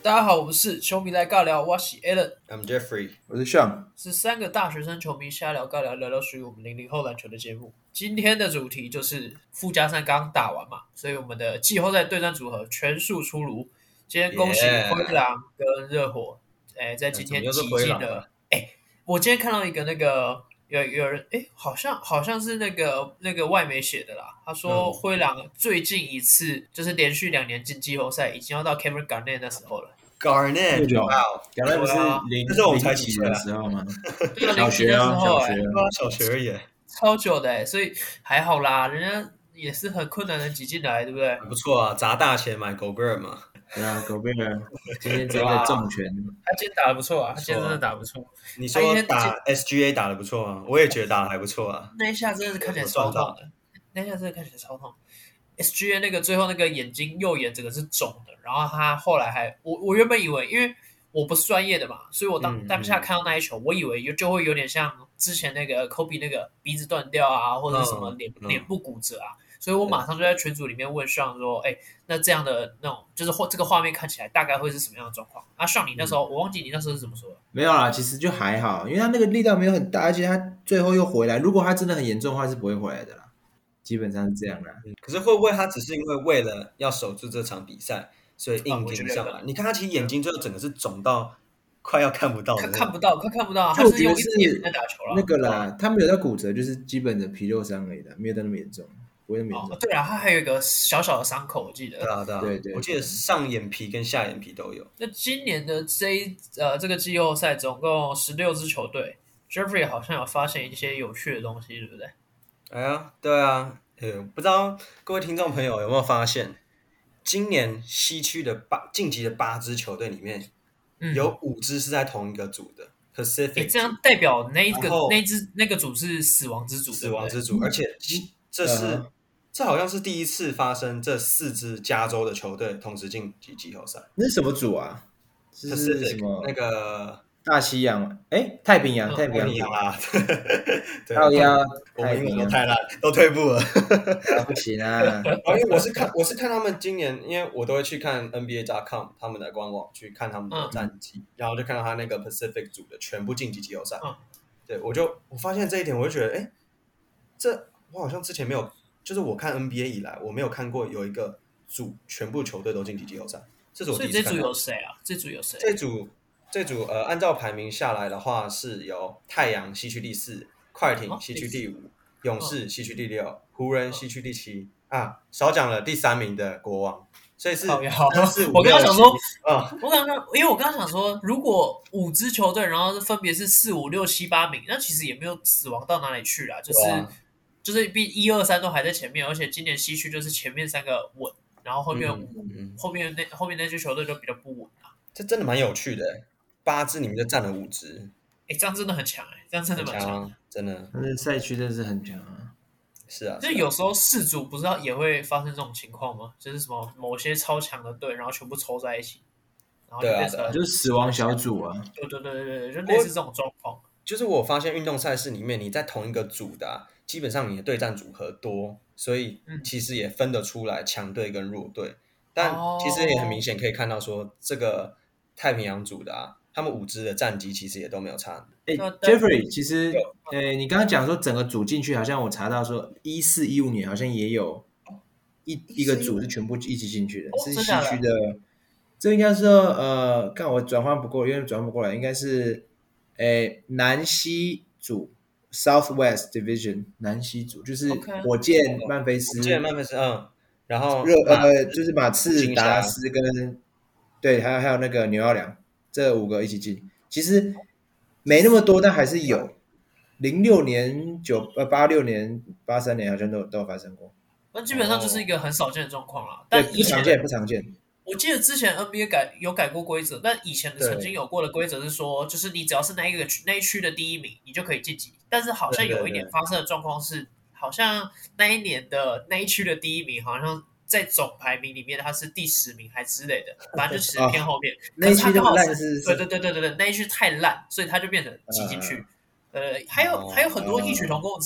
大家好，我们是球迷来尬聊，我是 I'm Jeffrey， 我是 Sean， 是三个大学生球迷瞎聊尬聊，聊聊属于我们00后篮球的节目。今天的主题就是附加赛刚打完嘛，所以我们的季后赛对战组合全数出炉。今天恭喜灰狼跟热火，在今天挤进了。我今天看到一个那个有人，好像是那个外媒写的啦。他说灰狼最近一次就是连续2年进季后赛，已经要到 Kevin Garnett 那时候了。 Garnett， 哇 ，Garnett 不是那是我们才几岁的时候吗？ 对啊， 小学啊， 小学而已， 超久的所以还好啦，人家也是很困难的挤进来，对不对？ 很不错啊，砸大钱买 Gobert 嘛。 对啊，Gobert 今天真的重拳， 他今天打得不错啊，他今天真的打得不错。 你说打 SGA 打得不错吗？我也觉得打得还不错啊。 那一下真的是看起来超痛的，那一下真的看起来超痛。SGA 那个最后那个右眼整个是肿的，然后他后来还我原本以为，因为我不是专业的嘛，所以我当下看到那一球，我以为就会有点像之前那个 Kobe 那个鼻子断掉啊，或者什么脸部骨折啊，所以我马上就在群组里面问Sean说，那这样的那种就是这个画面看起来大概会是什么样的状况？啊，Sean你那时候我忘记你那时候是怎么说的？ 没有啦，其实就还好，因为他那个力道没有很大，而且他最后又回来，如果他真的很严重的话是不会回来的啦。基本上是这样啦。 可是会不会他只是因为了要守住这场比赛，所以硬盯上来？你看他其实眼睛最后整个是肿到快要看不到的， 快看不到，他是用一只眼在打球了。 那个啦，他没有到骨折，就是基本的皮肉伤而已的，没有到那么严重，不会那么严重。 对啊，他还有一个小小的伤口，我记得。 对，我记得上眼皮跟下眼皮都有。 那今年的这个季后赛总共16支球队 ，Jeffrey 好像有发现一些有趣的东西，对不对？ 对啊，不知道各位听众朋友有没有发现，今年西区的晋级的8支球队里面，有5支是在同一个组的 Pacific。 这样代表那个组是死亡之组， 而且这好像是第一次发生，这4支加州的球队同时晋级季后赛。 那是什么组啊？是什么？ 那个大西洋？太平洋啊！ 靠腰， 我们英文都太烂，都退步了， 不行啊！ 因为我是看他们今年，因为我都会去看 NBA.com 他们的官网去看他们的战绩，然后就看到他那个 Pacific 组的全部晋级季后赛。对，我发现这一点，我就觉得，这我好像之前没有，就是我看 NBA 以来，我没有看过有一个组全部球队都晋级季后赛。这是我第一次看到。 所以这组有谁啊？ 这组按照排名下来的话，是由太阳西区第4，快艇西区第5，勇士西区第6，湖人西区第7啊，少讲了第3名的国王，所以是我刚刚想说，因为我刚刚想说，如果5支球队，然后分别是4、5、6、7、8名，那其实也没有死亡到哪里去啦，就是1、2、3都还在前面，而且今年西区就是前面3个稳，然后后面那支球队就比较不稳啦。 这真的蛮有趣的，8支里面就占了5支， 这样真的很强这样真的蛮强， 真的。 但是赛区真的是很强啊。 是啊， 就有时候4组不知道也会发生这种情况吗？就是什么某些超强的队，然后全部抽在一起，然后就变成就是死亡小组啊。 对，就类似这种状况。 就是我发现运动赛事里面，你在同一个组的基本上你的对战组合多，所以其实也分得出来强队跟弱队。但其实也很明显可以看到说，这个太平洋组的他们5支的战绩其实也都没有差。 Jeffrey， 其实你刚刚讲说整个组进去，好像我查到说14、15年好像也有一个组是全部一起进去的，是西区的。这应该说看我转换不过，因为转换不过来，应该是南西组 Southwest Division 南西组，就是火箭、曼菲斯， 然后就是马刺、达拉斯跟对，还有那个纽奥良，这5个一起进。其实没那么多，但还是有。06年、86年、83年好像都有发生过。 那基本上就是一个很少见的状况啦。 但不常见。 我记得之前 NBA 有改过规则，但以前曾经有过的规则是说，就是你只要是那一区的第1名，你就可以晋级。但是好像有一年发生的状况是，好像那一年的那一区的第1名，好像在总排名里面他是第10名还之类的，反正就其实偏后面。 那一区刚好烂对，那一区太烂，所以他就变成挤进去。还有很多异曲同工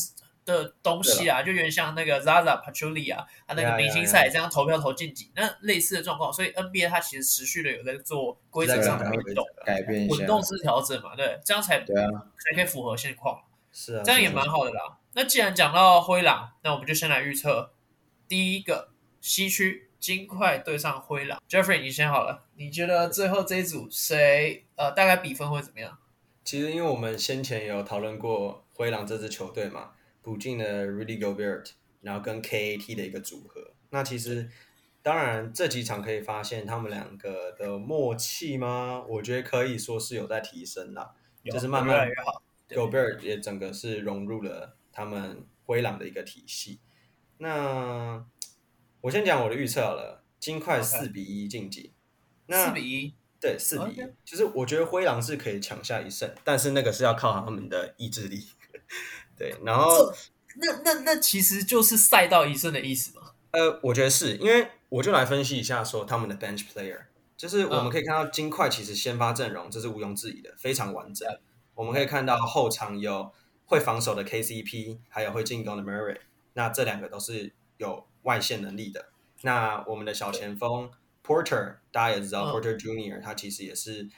的东西啊，就有点像那个 Zaza Pachulia 他那个明星赛这样投票投晋级，那类似的状况，所以 NBA 它其实持续的有在做规则上的运动改变一下， 滚动式调整嘛，对，这样才可以符合现况， 是啊， 这样也蛮好的啦。那既然讲到灰狼，那我们就先来预测第一个西区金块对上灰狼。Jeffrey 你先好了，你觉得最后这一组谁大概比分会怎么样？ 其实因为我们先前有讨论过灰狼这支球队嘛，补进了 Rudy Gobert， 然后跟 KAT 的一个组合。那其实当然这几场可以发现他们两个的默契吗？我觉得可以说是有在提升啦，就是慢慢越来越好。 Gobert 也整个是融入了他们灰狼的一个体系。那我先讲我的预测好了，金块4-1晋级。那 4-1。 对，4-1，就是我觉得灰狼是可以抢下1胜，但是那个是要靠他们的意志力。对，然后那其实就是赛到1胜的意思嘛？ 我觉得是因为我就来分析一下说他们的 bench player， 就是我们可以看到金块其实先发阵容这是毋庸置疑的，非常完整。我们可以看到后场有会防守的 KCP， 还有会进攻的 Murray， 那这两个都是有外线能力的。那我们的小前锋Porter， 大家也知道Porter Junior， 他其实也是，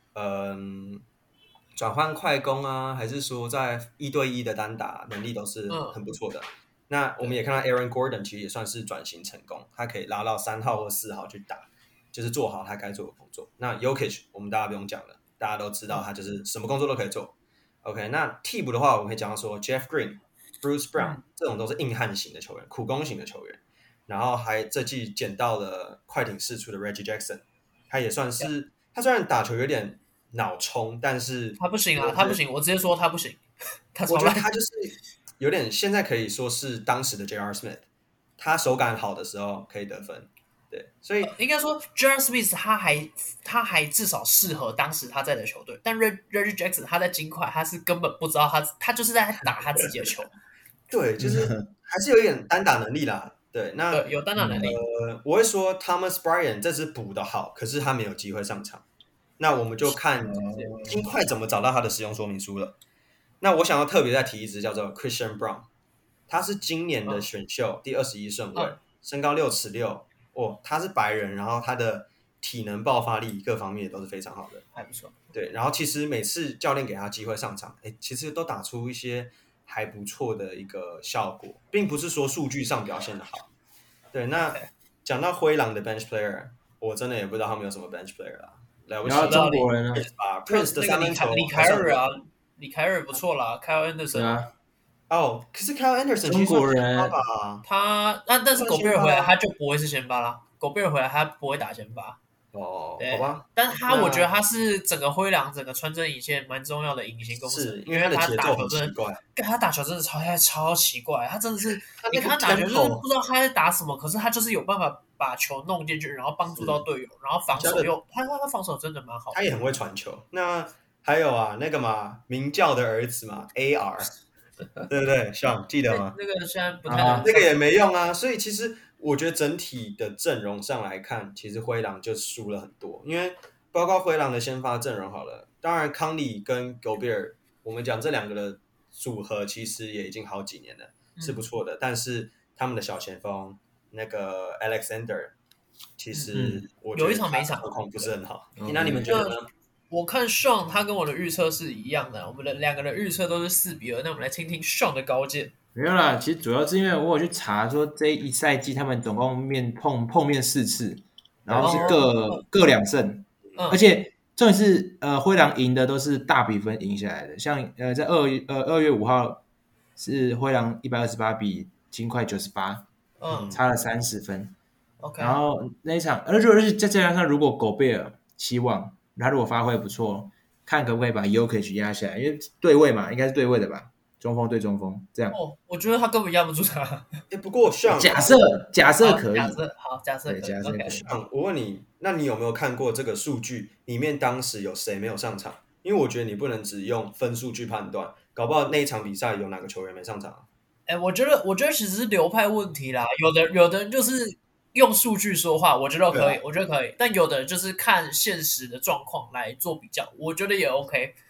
转换快攻啊，还是说在1对1的单打能力都是很不错的。那我们也看到 Aaron Gordon 其实也算是转型成功，他可以拉到3号或4号去打，就是做好他该做的工作。那 Jokic 我们大家不用讲了，大家都知道他就是什么工作都可以做。OK， 那替补的话，我们可以讲到说 Jeff Green、Bruce Brown 这种都是硬汉型的球员，苦攻型的球员。然后还这季捡到了快艇释出的 Reggie Jackson， 他也算是他虽然打球有点脑冲，但是他不行啊，他不行，我直接说他不行。 我觉得他就是有点现在可以说是当时的 J.R. Smith， 他手感好的时候可以得分，对，所以应该说 J.R. Smith 他还至少适合当时他在的球队，但 Reggie Jackson 他在金块他是根本不知道他就是在打他自己的球， 对，就是还是有一点单打能力啦。对，那有单打能力。 我会说 Thomas Bryant 这支补的好，可是他没有机会上场。那我们就看金块怎么找到他的使用说明书了。那我想要特别再提一支叫做 Christian Brown， 他是今年的选秀第21顺位，身高6尺6，他是白人，然后他的体能爆发力各方面也都是非常好的， 还不错。 对，然后其实每次教练给他机会上场，其实都打出一些还不错的一个效果，并不是说数据上表现的好。对，那讲到灰狼的 bench player， 我真的也不知道他们有什么 bench player 啦。 然后中国人呢 ？Prince 的3分球， 李凯尔啊，李凯尔不错啦 ，Kyle Anderson 啊。 可是 Kyle Anderson 中国人， 但是狗贝尔回来他就不会是先发啦，狗贝尔回来他不会打先发。 好吧。 但我觉得他是整个灰狼整个穿针引线蛮重要的隐形攻势， 因为他的节奏很奇怪， 他打球真的超奇怪，他真的是你看他打球就是不知道他在打什么，可是他就是有办法把球弄进去，然后帮助到队友，然后防守又他防守真的蛮好的， 他也很会传球。那还有啊，那个嘛，明教的儿子嘛 ，AR， 对不对？Sean 记得吗？ 那个现在不太那个也没用啊。所以其实我觉得整体的阵容上来看，其实灰狼就输了很多，因为包括灰狼的先发阵容好了，当然康利跟 Gobert， 我们讲这两个的组合其实也已经好几年了，是不错的。但是他们的小前锋那个 Alexander， 其实我觉得有一场没一场状况不是很好。那你们觉得呢？ 我看 Sean 他跟我的预测是一样的，我们的两个人预测都是4-2。那我们来听听 Sean 的高见。 没有啦，其实主要是因为我有去查说这一赛季他们总共碰面4次，然后是各2胜，而且重点是灰狼赢的都是大比分赢下来的，像在2月5号是灰狼128比金块98，差了30分。 OK， 然后那一场，而且再加上如果狗贝尔期望他如果发挥不错，看可不可以把 Jokic 压下来，因为对位嘛，应该是对位的吧。中锋对中锋，这样。 我觉得他根本压不住他。 不过像假设可以， 假设可以。 Okay. 我问你，那你有没有看过这个数据里面当时有谁没有上场？因为我觉得你不能只用分数去判断，搞不好那一场比赛有哪个球员没上场。 我觉得其实是流派问题啦。有的人就是用数据说话，我觉得可以，我觉得可以。但有的人就是看现实的状况来做比较，我觉得也 OK。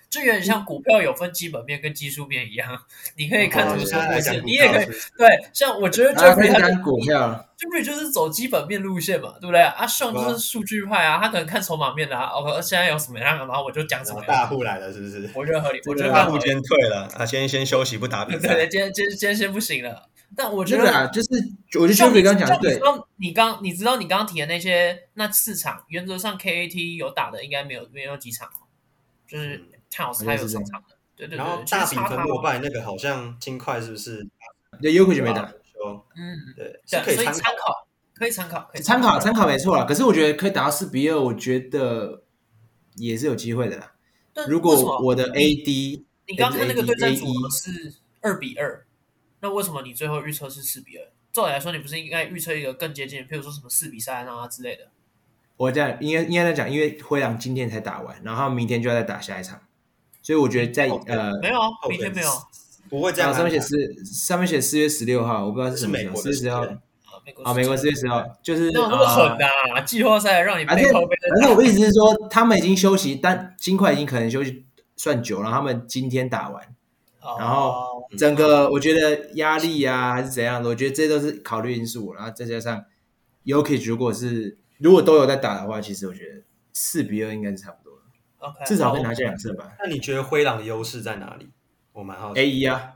就有点像股票有分基本面跟技术面一样，你可以看图说故事，你也可以对。像我觉得 Jeffrey 他讲股票 ，Jeffrey 就是走基本面路线嘛，对不对？啊，Sean 就是数据派啊，他可能看筹码面的啊。OK，现在有什么样，然后我就讲什么。 大户来了是不是？ 我觉得合理，我觉得大户先退了啊，先休息不打比赛。 对，今天先不行了。但我觉得就是我觉得 Jeffrey 刚讲的对。 你知道你刚刚提的那4场，原则上 KAT 有打的应该没有几场，就是看好他有上场的。对。 然后大比分落败那个好像金块是不是？ 对 Jokic 没打。 对， 可以参考， 参考没错啦。可是我觉得可以打到4-2，我觉得也是有机会的啦。如果我的 AD， 你刚看那个对战组合是2-2，那为什么你最后预测是4-2？照理来说，你不是应该预测一个更接近，譬如说什么4-3啊之类的？ 我这样应该在讲，因为灰狼今天才打完，然后明天就要再打下一场，所以我觉得在没有，明天没有， 不会这样。 上面写4月16号，我不知道是什么时候，4月10号。美国4月10号，就是那么狠啊！季后赛让你背靠背。 反正我的意思是说，他们已经休息，但金块已经可能休息算久了，他们今天打完，然后整个我觉得压力啊还是怎样的，我觉得这都是考虑因素，然后再加上 Jokic 如果都有在打的话，其实我觉得4-2应该是差不多了，至少可以拿下2胜吧。 那你觉得灰狼的优势在哪里？我蛮好奇。 A1 啊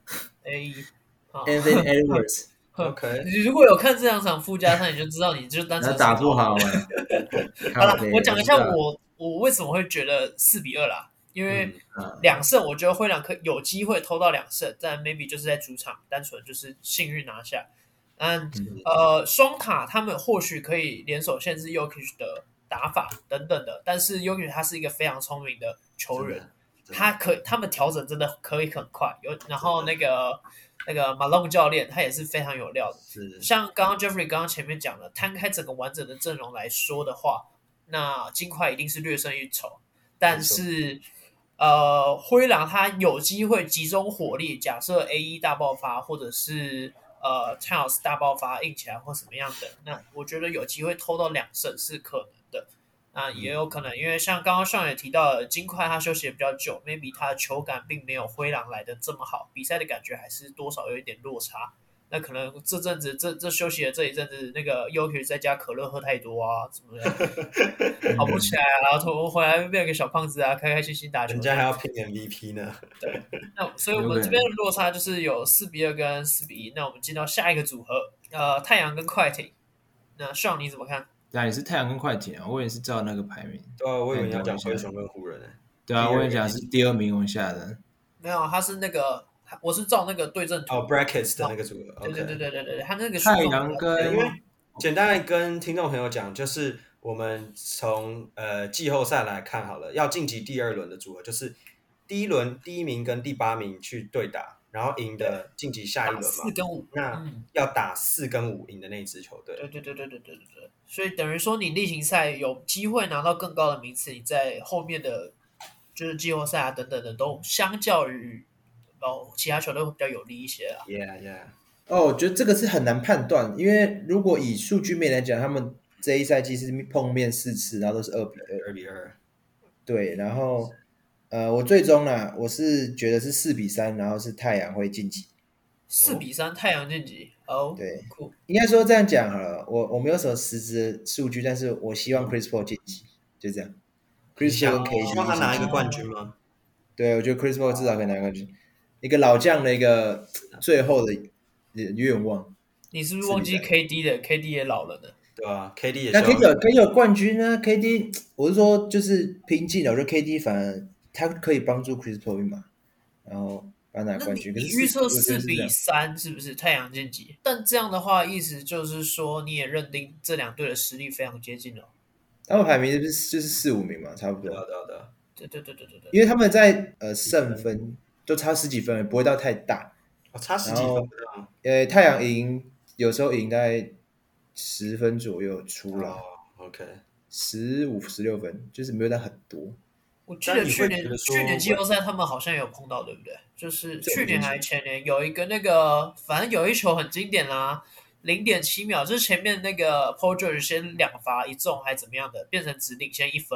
，Anthony Edwards。OK， 你如果有看这两场附加赛，你就知道你就单纯打不好。 好了，我讲一下我为什么会觉得4-2啦，因为2胜，我觉得灰狼有机会偷到2胜，但 maybe 就是在主场单纯就是幸运拿下。双塔他们或许可以联手限制 Jokic 的打法等等的，但是 Jokic 他是一个非常聪明的球员，他们调整真的可以很快，然后那个Malone 教练他也是非常有料的，像刚刚 Jeffrey 刚刚前面讲的，摊开整个完整的阵容来说的话，那金块一定是略胜一筹，但是灰狼他有机会集中火力，假设 A1 大爆发或者是Charles 大爆发硬起来或什么样的，那我觉得有机会偷到2胜是可能的。那也有可能，因为像刚刚上也提到了，金块他休息也比较久 ，maybe 他的球感并没有灰狼来的这么好，比赛的感觉还是多少有一点落差。那可能这阵子这休息的这一阵子，那个 Jokic 在家可乐喝太多啊，什么的，跑不起来啊，然后回来变个小胖子啊，开开心心打球。 人家还要拼 MVP 呢。 对，那所以我们这边的落差就是有4-2跟4-1。那我们进到下一个组合，太阳跟快艇。那 Sean 你怎么看？ 对啊，你是太阳跟快艇啊，我也是照那个排名。 对啊，我以为你要讲灰熊跟湖人。 对啊，我也讲是第2名往下的。 没有，他是那个，我是照那个对阵图 brackets 的那个组合。 对，他那个太阳跟， 因为简单的跟听众朋友讲，就是我们从季后赛来看好了，要晋级第2轮的组合，就是第1轮第1名跟第8名去对打。然后赢的晋级下一轮嘛 ，4跟5， 那要打4跟5赢的那一支球队。 对，所以等于说你例行赛有机会拿到更高的名次，你在后面的就是季后赛啊等等的都相较于其他球队会比较有利一些啊。 我觉得这个是很难判断，因为如果以数据面来讲，他们这一赛季是碰面4次，然后都是2-2。对，然后。我最终呢，我是觉得是4-3，然后是太阳会晋级。 4-3，太阳晋级。 对，应该说这样讲好了。我没有什么实质数据，但是我希望 Chris Paul 晋级，就这样。Chris Paul 跟 KD 希望他拿一个冠军吗？ 对，我觉得 Chris Paul 至少可以拿冠军，一个老将的一个最后的愿望。 你是不是忘记 KD 的 ？KD 也老了呢。 对啊 ，KD 也。 那可以有冠军啊 ！KD， 我是说就是拼劲的，我觉得 KD 反而。他可以帮助 Chris Paul 嘛，然后帮他拿冠军。 你预测4-3是不是太阳晋级？但这样的话，意思就是说你也认定这2队的实力非常接近了。 他们排名就是4-5名嘛，差不多。 对。 因为他们在胜分都差10几分，不会到太大。 差10几分。 太阳有时候赢大概10分左右出来。 OK。 15、16分，就是没有到很多。 我记得去年季后赛他们好像有碰到，对不对？就是去年还是前年有一个那个，反正有一球很经典啦，0.7秒，就是前面那个 Paul George 先2罚1中还怎么样的，变成只领先1分，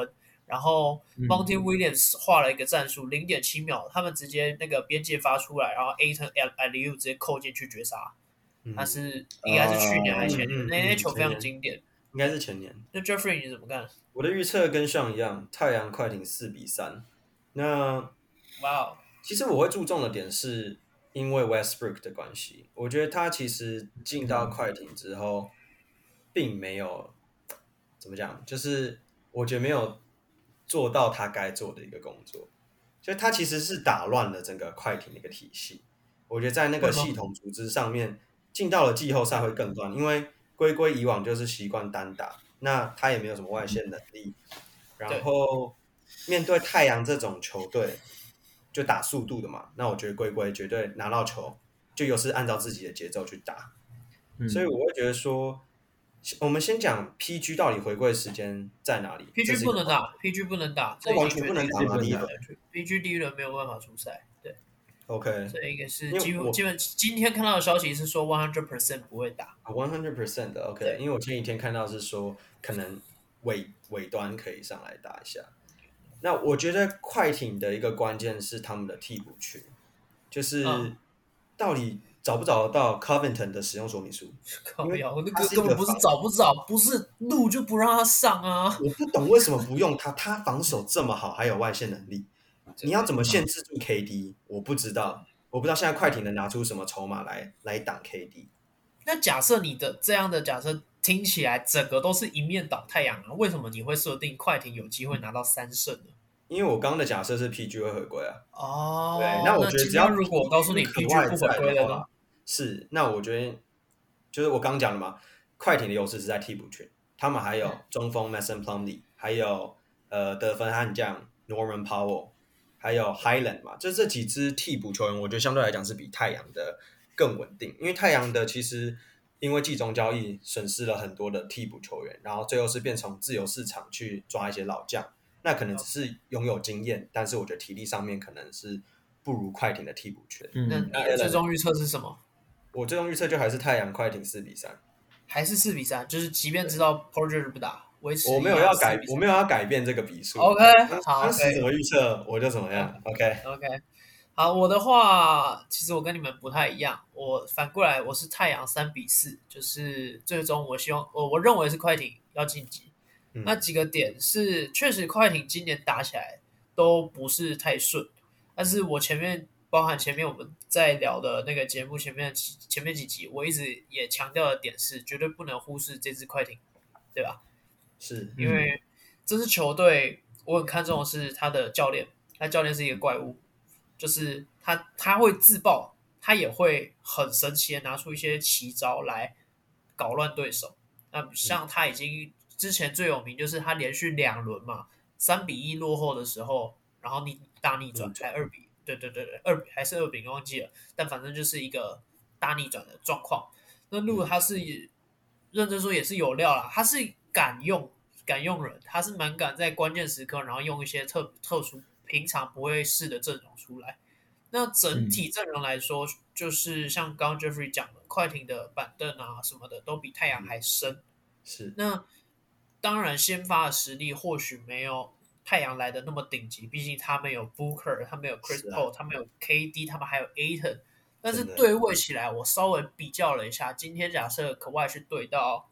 然后 Monty Williams 画了一个战术，0.7秒，他们直接那个边界发出来，然后 Ayton alley-oop 直接扣进去绝杀。他是应该是去年还是前年，那球非常经典， 应该是前年。 那 Jeffrey 你怎么看？ 我的预测跟上一样，太阳快艇4-3。那哇， 其实我会注重的点是因为 Westbrook 的关系，我觉得他其实进到快艇之后，并没有怎么讲，就是我觉得没有做到他该做的一个工作，所以他其实是打乱了整个快艇的一个体系。我觉得在那个系统组织上面，进到了季后赛会更乱，因为龟龟以往就是习惯单打，那他也没有什么外线能力，然后面对太阳这种球队，就打速度的嘛，那我觉得龟龟绝对拿到球就又是按照自己的节奏去打，所以我会觉得说，我们先讲 PG 到底回归时间在哪里 ？PG 不能打，PG 不能打， 这完全不能打嘛 ，PG 第一轮没有办法出赛，对。 OK， 这一个是基本今天看到的消息是说 100% 不会打 100% 的 OK， 因为我前几天看到是说可能尾端可以上来打一下。那我觉得快艇的一个关键是他们的替补群，就是到底找不找得到 Covington 的使用说明书？ 靠腰，那个根本不是找不找，不是路就不让他上啊！ 我不懂为什么不用他，他防守这么好，还有外线能力。你要怎么限制住 KD？ 我不知道现在快艇能拿出什么筹码来挡 KD。 那假设你的这样的假设听起来整个都是一面倒太阳啊，为什么你会设定快艇有机会拿到3胜呢？ 因为我刚刚的假设是 PG 会回归啊。 哦， 对，那我觉得只要如果我告诉你 PG 不回归的话， 是，那我觉得就是我刚讲的嘛，快艇的优势是在替补群，他们还有中锋 Mason Plumlee， 还有得分悍将 Norman Powell。还有 Highland 嘛，就这几支替补球员，我觉得相对来讲是比太阳的更稳定，因为太阳的其实因为季中交易损失了很多的替补球员，然后最后是变成自由市场去抓一些老将，那可能只是拥有经验，但是我觉得体力上面可能是不如快艇的替补权。 那你的最终预测是什么？ 我最终预测就还是太阳快艇4-3， 还是4-3，就是即便知道 Porter 不打。 我没有要改变这个比数。 OK， 好， 当时怎么预测我就怎么样。OK， 好，我的话其实我跟你们不太一样，我反过来我是太阳3-4，就是最终我希望我认为是快艇要晋级。那几个点是确实快艇今年打起来都不是太顺，但是我包含前面我们在聊的那个节目前面几集，我一直也强调的点是绝对不能忽视这支快艇，对吧？ 是因为这支球队我很看重的是他的教练，他教练是一个怪物，就是他会自爆，他也会很神奇的拿出一些奇招来搞乱对手。那像他已经之前最有名就是他连续2轮嘛，3-1落后的时候，然后大逆转才2比，对，2比还是2比忘记了，但反正就是一个大逆转的状况。那如果他是认真说也是有料啦，他是敢用人，他是蛮敢在关键时刻，然后用一些特殊平常不会试的阵容出来。那整体阵容来说，就是像刚刚 Jeffrey 讲的，快艇的板凳啊什么的都比太阳还深。 是。 那当然，先发的实力或许没有太阳来的那么顶级，毕竟他们有 Booker， 他们有 Chris Paul， 他们有 KD， 他们还有 Ayton。但是对位起来，我稍微比较了一下，今天假设可外去对到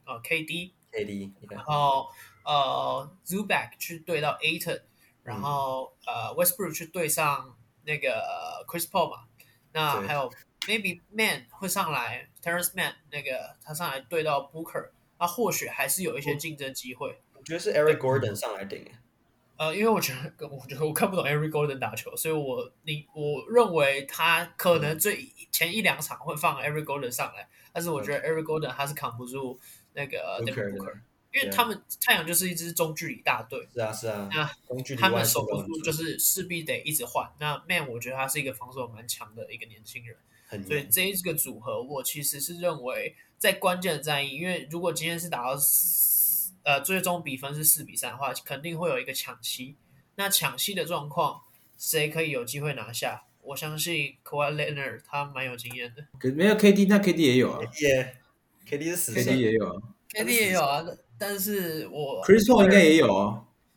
KD， 然后Zubac 去对到 Ayton， 然后Westbrook 去对上那个 Chris Paul 嘛，那还有 maybe Man 会上来 Terrence Mann 那个他上来对到 Booker， 他或许还是有一些竞争机会。 我觉得是 Eric Gordon 上来顶。 因为我觉得我看不懂 Eric Gordon 打球，所以我认为他可能前1-2场会放 Eric Gordon 上来，但是我觉得 Eric Gordon 他是扛不住那个 Devin Booker， 因为他们太阳就是一支中距离大队。 是啊， 那他们守不住，就是势必得一直换。那 Man 我觉得他是一个防守蛮强的一个年轻人，所以这一个组合我其实是认为在关键的战役，因为如果今天是打到最终比分是4-3的话，肯定会有一个抢七。那抢七的状况，谁可以有机会拿下？我相信 Kawhi Leonard 他蛮有经验的。 可没有 KD， 那 KD 也有啊。 KD 是死 ，KD 也有啊。 KD 也有啊，但是我 Chris Paul 应该也有啊。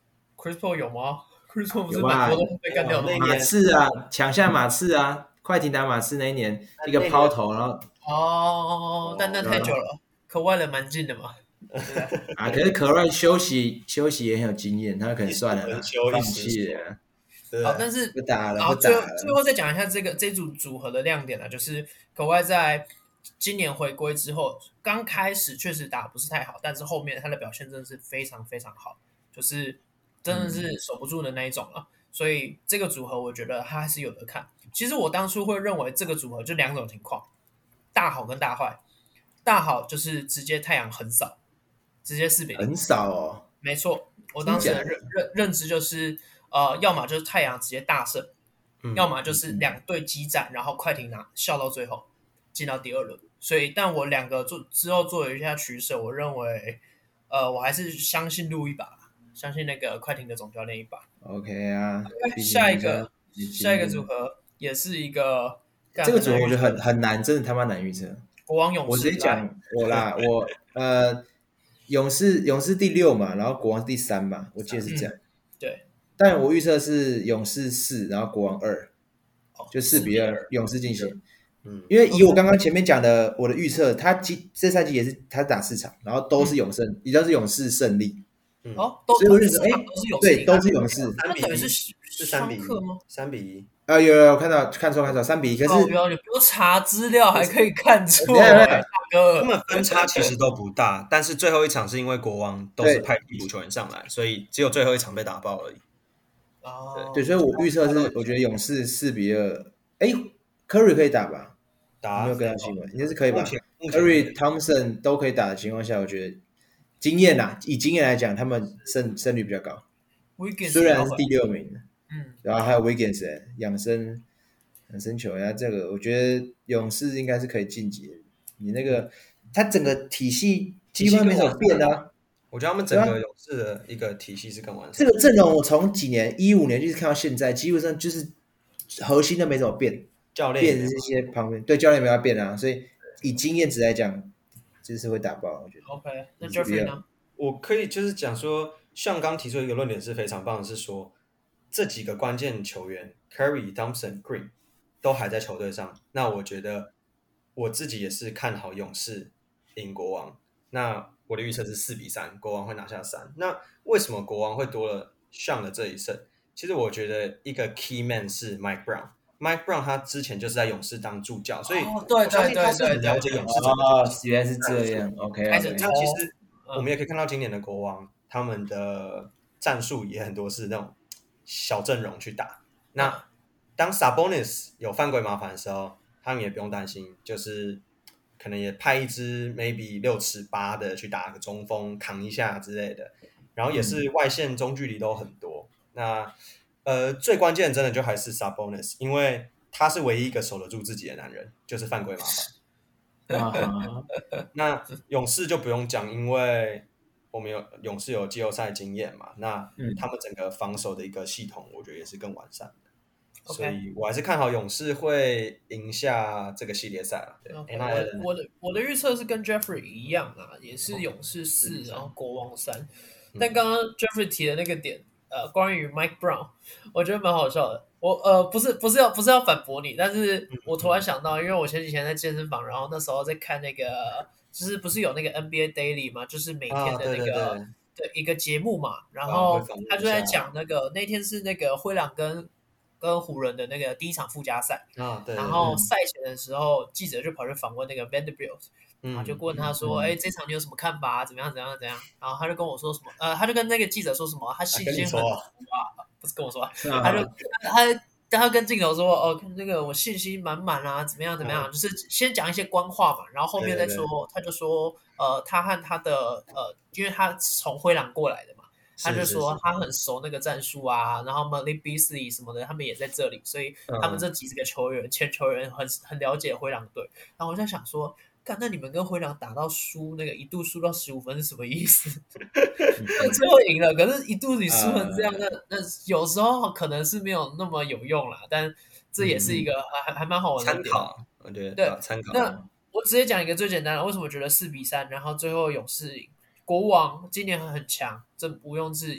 Chris Paul 有吗？Chris Paul 不是蛮多都被干掉的吗？ 马刺啊，抢下马刺啊，快艇打马刺那一年，一个抛投，然后但那太久了，可外人蛮近的嘛。 啊，可是可外休息也很有经验，他可能算了啦，放弃了。 好，但是不打了， 好，最后再讲一下这组组合的亮点了，就是可外在今年回归之后，刚开始确实打不是太好，但是后面他的表现真的是非常非常好，就是真的是守不住的那一种了。所以这个组合我觉得他还是有得看。其实我当初会认为这个组合就两种情况，大好跟大坏。大好就是直接太阳横扫，直接4-0， 很少哦。 没错，我当时的认知就是，要么就是太阳直接大胜，要么就是两队激战，然后快艇笑到最后进到第2轮。所以，但我两个之后做了一下取舍，我认为，我还是相信路一把，相信那个快艇的总教练一把。 OK 啊， 下一个组合也是一个， 这个组合我觉得很难，真的他妈难预测。 国王勇士， 我直接讲我勇士第6嘛，然后国王第3嘛，我记得是这样。 对， 但我预测是勇士4，然后国王2，就4-2，勇士进行。因为以我刚刚前面讲的我的预测，他这赛季也是他打4场，然后都是勇士胜利。 所以我就觉得对，都是勇士。 那等于是双克吗 ？3-1。 有看错3-1，可是你不用查资料还可以看错，大哥， 他们分差其实都不大，但是最后一场是因为国王都是派替补球员上来，所以只有最后一场被打爆而已。 对，所以我预测是，我觉得勇士4-2。Curry 可以打吧？没有跟他新闻，应该是可以吧？Curry、Thompson 都可以打的情况下，我觉得经验以经验来讲，他们胜率比较高。虽然是第6名。然后还有 Wiggins 养生球呀，这个我觉得勇士应该是可以晋级的。你那个他整个体系几乎没怎么变啊。 我觉得他们整个勇士的一个体系是更完善。 这个阵容我从几年15年就是看到现在，基本上就是核心都没怎么变， 教练变这些旁边对教练没有变啊，所以以经验值来讲，就是会打爆。我觉得。 OK， 那 Jeffrey 呢？ 我可以就是讲说，像刚提出一个论点是非常棒的，是说。这几个关键球员 Curry、Thompson、Green 都还在球队上，那我觉得我自己也是看好勇士赢国王。那我的预测是4-3，国王会拿下3。那为什么国王会多了Sean的这一胜？其实我觉得一个 key man 是 Mike Brown。Mike Brown 他之前就是在勇士当助教，所以我相信他是很了解勇士。 原来是这样。OK， 那其实我们也可以看到今年的国王，他们的战术也很多是那种。小阵容去打，那当 Sabonis 有犯规麻烦的时候，他们也不用担心，就是可能也派一支 maybe 6'8" 的去打个中锋扛一下之类的，然后也是外线中距离都很多。那最关键的真的就还是 Sabonis， 因为他是唯一一个守得住自己的男人，就是犯规麻烦。那勇士就不用讲，因为我们勇士有季后赛经验嘛，那他们整个防守的一个系统，我觉得也是更完善的，所以我还是看好勇士会赢下这个系列赛了。 我的预测是跟 Jeffrey 一样啊，也是勇士4，然后国王3。但刚刚 Jeffrey 提的那个点，关于 Mike Brown， 我觉得蛮好笑的。我不是要反驳你，但是我突然想到，因为我前几天在健身房，然后那时候在看那个。就是不是有那个 NBA Daily 嘛，就是每天的那个对一个节目嘛，然后他就在讲那天是那个灰狼跟湖人的那个第1场附加赛然后赛前的时候记者就跑去访问那个 Vanderbilt，然后就问他说，这场你有什么看法怎么样，然后他就跟我说什么，他就跟那个记者说什么，他信心很足不是跟我说，他跟镜头说，那个我信心满满啊，怎么样，就是先讲一些官话嘛，然后后面再说，他就说，他和他的因为他从灰狼过来的嘛，他就说他很熟那个战术啊，然后 Malik Beasley 什么的，他们也在这里，所以他们这几个球员前球员很了解灰狼队，然后我在想说。那你们跟灰狼打到输，那个一度输到15分是什么意思？最后赢了，可是一度你输成这样，那有时候可能是没有那么有用啦，但这也是一个还蛮好玩的点。 参考，我觉得对参考。 那我直接讲一个最简单的，为什么觉得4-3，然后最后勇士赢？国王今年很强，这毋庸置疑。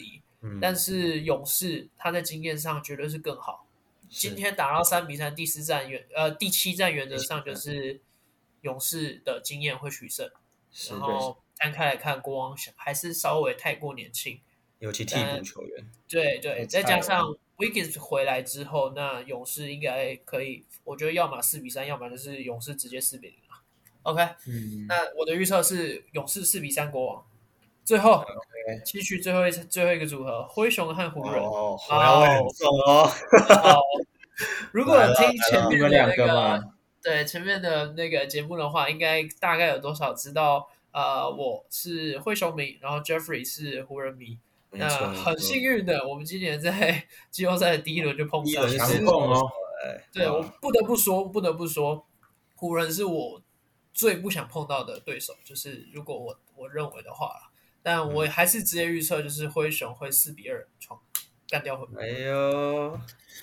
但是勇士他在经验上绝对是更好。今天打到3-3，第7战原则上就是勇士的经验会取胜，然后摊开来看，国王还是稍微太过年轻， 尤其替补球员。 对，再加上 Wiggins 回来之后，那勇士应该可以，我觉得要么4-3，要么就是勇士直接4-0了。OK，那我的预测是勇士4-3国王。最后期许最后一个组合，灰熊和湖人。 我要会很重哦。 如果有听前面的那个嘛， 对前面的那个节目的话，应该大概有多少知道？我是灰熊迷，然后 Jeffrey 是湖人迷。那很幸运的，我们今年在季后赛的第一轮就碰上， 强碰哦。 对，我不得不说，湖人是我最不想碰到的对手，就是如果我认为的话啦，但我还是直接预测，就是灰熊会4-2干掉湖人。 哎呦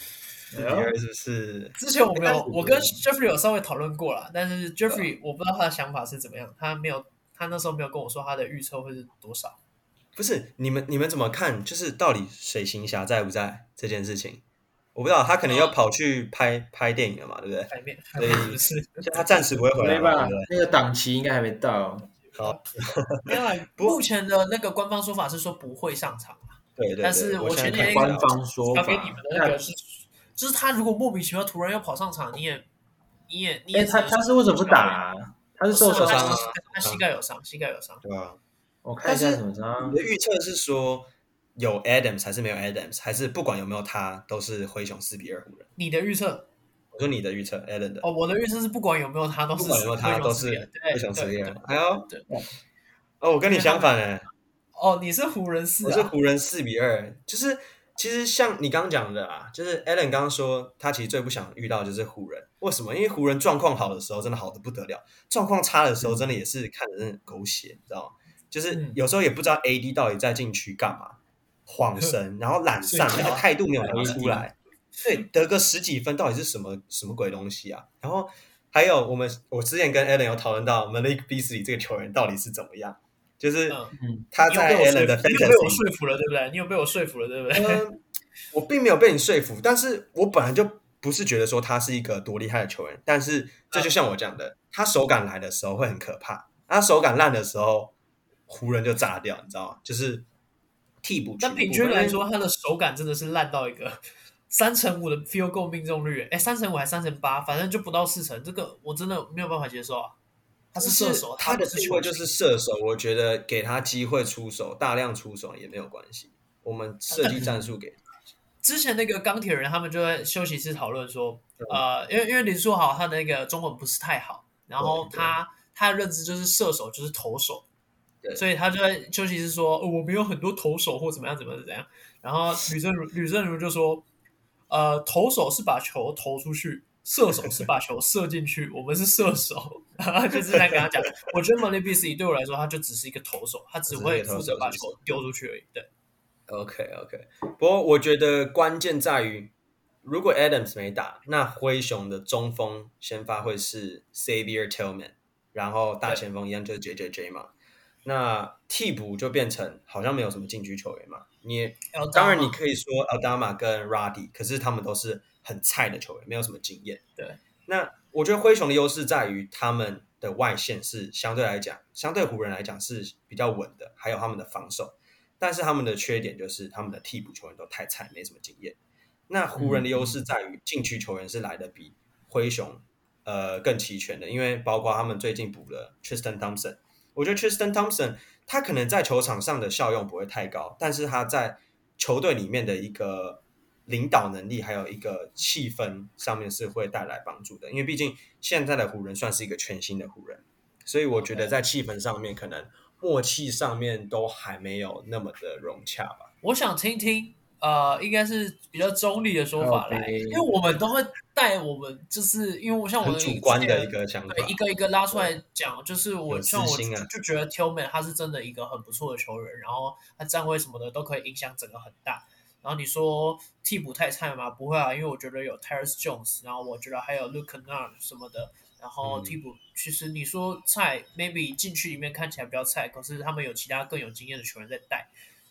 ，4-2是不是？ 之前我跟 Jeffrey 有稍微讨论过啦，但是 Jeffrey 我不知道他的想法是怎么样，他那时候没有跟我说他的预测会是多少。 不是你们怎么看？就是到底水行侠在不在这件事情？我不知道，他可能要跑去拍电影了嘛，对不对？所以他暂时不会回来吧？ 那个档期应该还没到。 好， 目前的那个官方说法是说不会上场啊。 对， 但是我前天官方说法给你们的那个是，就是他如果莫名其妙突然要跑上场，你也他是为什么不打啊？他是受伤啊？ 他膝盖有伤， 对吧？ 我看一下什么伤。 你的预测是说有 Adams 还是没有 Adams， 还是不管有没有他都是灰熊4-2湖人？ 你的预测？ 我说你的预测 Allen 的。 我的预测是不管有没有他都是灰熊4-2。哎呦，我跟你相反哎。 你是湖人4， 我是湖人4-2。就是其实像你刚刚讲的啊，就是 Allen 刚刚说他其实最不想遇到就是湖人。为什么？因为湖人状况好的时候真的好的不得了，状况差的时候真的也是看着真的狗血，你知道吗？就是有时候也不知道 AD 到底在禁区干嘛，晃神，然后懒散，那个态度没有拿出来，对，得个10几分到底是什么鬼东西啊？然后还有我之前跟 Allen 有讨论到 Malik Beasley 这个球员到底是怎么样，就是他在 Allen 的 Fantasy 你有被我说服了，对不对？你有被我说服了，对不对？ 我并没有被你说服，但是我本来就不是觉得说他是一个多厉害的球员，但是这就像我讲的，他手感来的时候会很可怕，他手感烂的时候，湖人就炸掉，你知道吗？就是替补。 但平均来说，他的手感真的是烂到一个3成5的 field goal 命中率，3成5还3成8，反正就不到4成，这个我真的没有办法接受啊。他是射手， 他的地位就是射手，我觉得给他机会出手，大量出手也没有关系。我们设计战术给他。 之前那个钢铁人他们就在休息室讨论说，因为林书豪他的那个中文不是太好，然后他的认知就是射手就是投手，所以他就在休息室说，我们有很多投手或怎么样。然后吕正如就说，投手是把球投出去，射手是把球射进去，我们是射手。就是在跟他讲，我觉得 Malik Beasley 对我来说，他就只是一个投手，他只会负责把球丢出去而已。对。 OK， 不过我觉得关键在于，如果 Adams 没打，那灰熊的中锋先发会是 Xavier Tillman， 然后大前锋一样就是 JJJ 嘛。那替补就变成好像没有什么禁区球员嘛。当然你可以说 Aldama 跟 Roddy， 可是他们都是很菜的球员，没有什么经验。 对。 那我觉得灰熊的优势在于他们的外线是相对湖人来讲是比较稳的，还有他们的防守。但是他们的缺点就是他们的替补球员都太菜，没什么经验。那湖人的优势在于禁区球员是来的比灰熊更齐全的，因为包括他们最近补了 Tristan Thompson。我觉得 Tristan Thompson 他可能在球场上的效用不会太高，但是他在球队里面的一个领导能力还有一个气氛上面是会带来帮助的，因为毕竟现在的湖人算是一个全新的湖人，所以我觉得在气氛上面可能默契上面都还没有那么的融洽吧。 我想听听，应该是比较中立的说法来，因为我们都会带我们，就是因为像我很主观的一个想法， 对，一个一个拉出来讲，就是像我就觉得 Tillman 他是真的一个很不错的球员，然后他站位什么的都可以影响整个很大。然后你说替补太菜吗？不会啊，因为我觉得有 Tyus Jones， 然后我觉得还有 Luke Kennard 什么的。然后替补其实你说菜 ，maybe 禁区里面看起来比较菜，可是他们有其他更有经验的球员在带。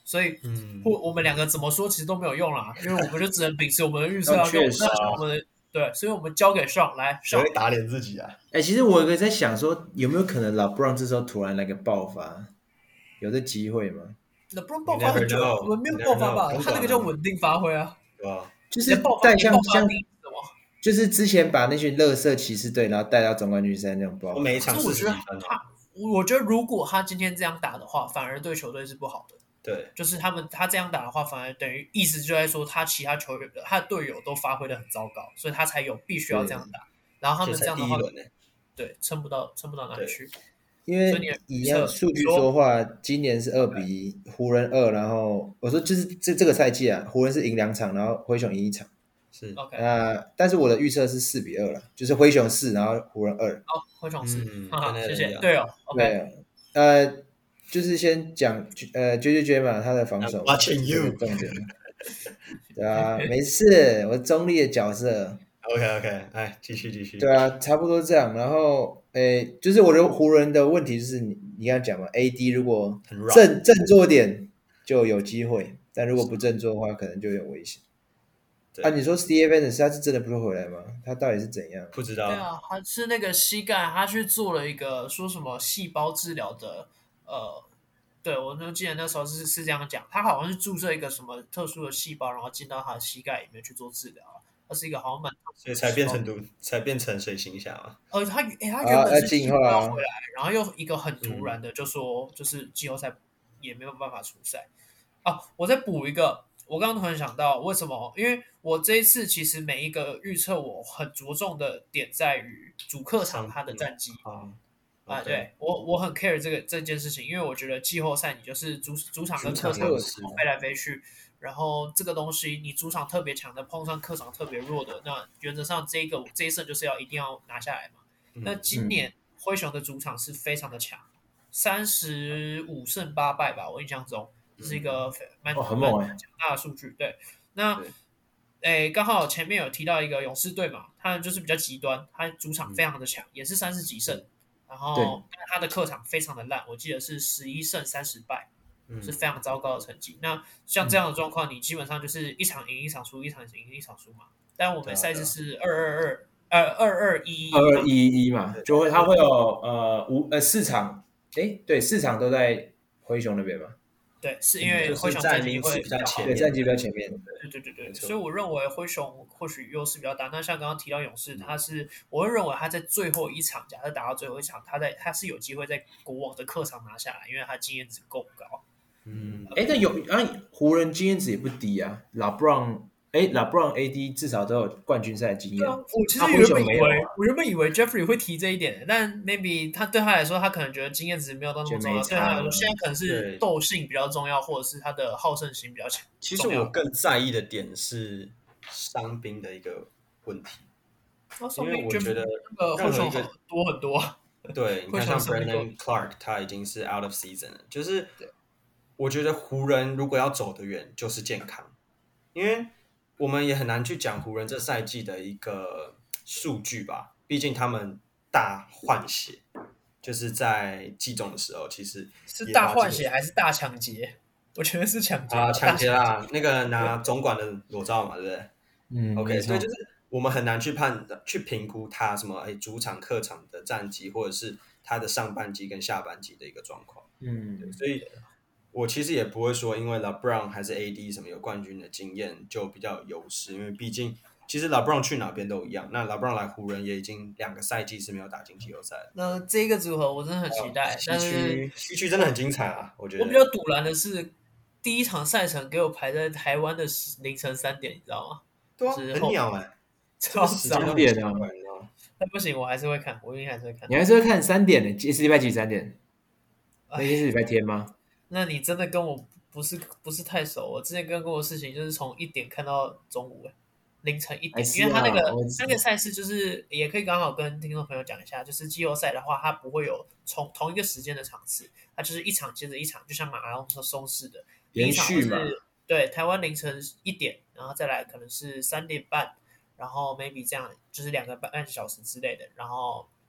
所以我们两个怎么说其实都没有用啦，因为我们就只能秉持我们的预测啊， 确实我们的对，所以我们交给上来上会打脸自己啊。 其实我有个在想说，有没有可能LeBron这时候突然来个爆发，有这机会吗 ？LeBron 爆发很久，我们没有爆发吧？他那个叫稳定发挥啊， 对吧？ 就是带像就是之前把那群垃圾骑士队，然后带到总冠军赛那种爆发。 每一场40几分我觉得如果他今天这样打的话，反而对球队是不好的。 对， 就是他这样打的话，反而等于意思就在说，他其他球员他的队友都发挥的很糟糕，所以他才有必须要这样打。然后他们这样的话，对，撑不到哪里去。 因为一样数据说话，今年是2-1，湖人2，然后我说就是这个赛季啊，湖人是赢2场，然后灰熊赢1场。 是 OK， 但是我的预测是4-2了，就是灰熊4，然后湖人2。 灰熊4，谢谢。对哦 ，OK， 就是先讲JJJ 嘛，他的防守是重点。对啊，没事，我中立的角色。 OK， 哎，继续。 对啊，差不多这样。然后就是我觉得湖人的问题就是你刚才讲嘛 ，AD 如果振作点就有机会，但如果不振作的话，可能就有危险。你说 Steve Adams 他是真的不会回来吗？他到底是怎样？ 不知道。 对啊，他是那个膝盖，他去做了一个说什么细胞治疗的，对我就记得那时候是这样讲，他好像是注射一个什么特殊的细胞，然后进到他的膝盖里面去做治疗。它是一个好像蛮， 所以才变成水行侠嘛。 他原本是进化回来，然后又一个很突然的就说，就是季后赛也没有办法出赛。我再补一个。我刚刚突然想到，为什么？因为我这一次其实每一个预测我很着重的点在于主客场他的战绩对我很 care 这件事情，因为我觉得季后赛你就是主场跟客场飞来飞去，然后这个东西你主场特别强的碰上客场特别弱的，那原则上这一胜就是一定要拿下来嘛。那今年灰熊的主场是非常的强，35胜8败吧，我印象中。这是一个蛮强大的数据，对。那刚好前面有提到一个勇士队嘛，他就是比较极端，他主场非常的强，也是30几胜，然后他的客场非常的烂，我记得是11胜30败，是非常糟糕的成绩。那像这样的状况，你基本上就是一场赢一场输，一场赢一场输嘛。但我们赛制是2-2-2，22-1-1 嘛，就会他会有4场，对，4场都在灰熊那边嘛。 对，是因为灰熊战绩会比较前面， 对，战绩比较前面。 对，所以我认为灰熊或许优势比较大。那像刚刚提到勇士，我会认为他在最后一场，假设打到最后一场，他是有机会在国王的客场拿下来，因为他经验值够高。 但湖人经验值也不低啊 ，LeBron AD 至少都有冠军赛经验。 我其实原本以为 Jeffrey 会提这一点，但 maybe 他对他来说，他可能觉得经验值没有到那么重要。对他来说，现在可能是斗性比较重要，或者是他的好胜心比较强。 其实我更在意的点是伤兵的一个问题，因为我觉得灰熊多很多。 对，你看像 Brandon Clark 他已经是 out of season 了，就是我觉得湖人如果要走得远，就是健康，因为我们也很难去讲湖人这赛季的一个数据吧，毕竟他们大换血，就是在季中的时候，其实是大换血还是大抢劫？我觉得是抢劫抢劫啦，那个拿总管的裸照嘛，对不对？OK， 所以就是我们很难去评估他什么主场客场的战绩，或者是他的上半季跟下半季的一个状况。对，所以我其实也不会说因为 LeBron 还是 AD 什么有冠军的经验就比较有优势，因为毕竟其实 LeBron 去哪边都一样。那 LeBron 来湖人也已经2个赛季是没有打进季后赛了。 那这个组合我真的很期待，但是西区真的很精彩啊！我觉得我比较堵拦的是第一场赛程给我排在台湾的凌晨3点，你知道吗？ 对啊，很鸟超 3点啊！ 那不行，我还是会看，我应该还是会看。 你还是会看3点的，是礼拜几3点？那天是礼拜天吗？ 那你真的跟我不是太熟。我之前跟过的事情就是从1点看到中午，凌晨1点，因为他那个赛事就是也可以刚好跟听众朋友讲一下，就是季后赛的话，它不会有同一个时间的场次，它就是一场接着一场，就像马拉松式的。 连续嘛， 对，台湾凌晨1点，然后再来可能是3点半，然后 maybe 这样就是2个半小时之类的，然后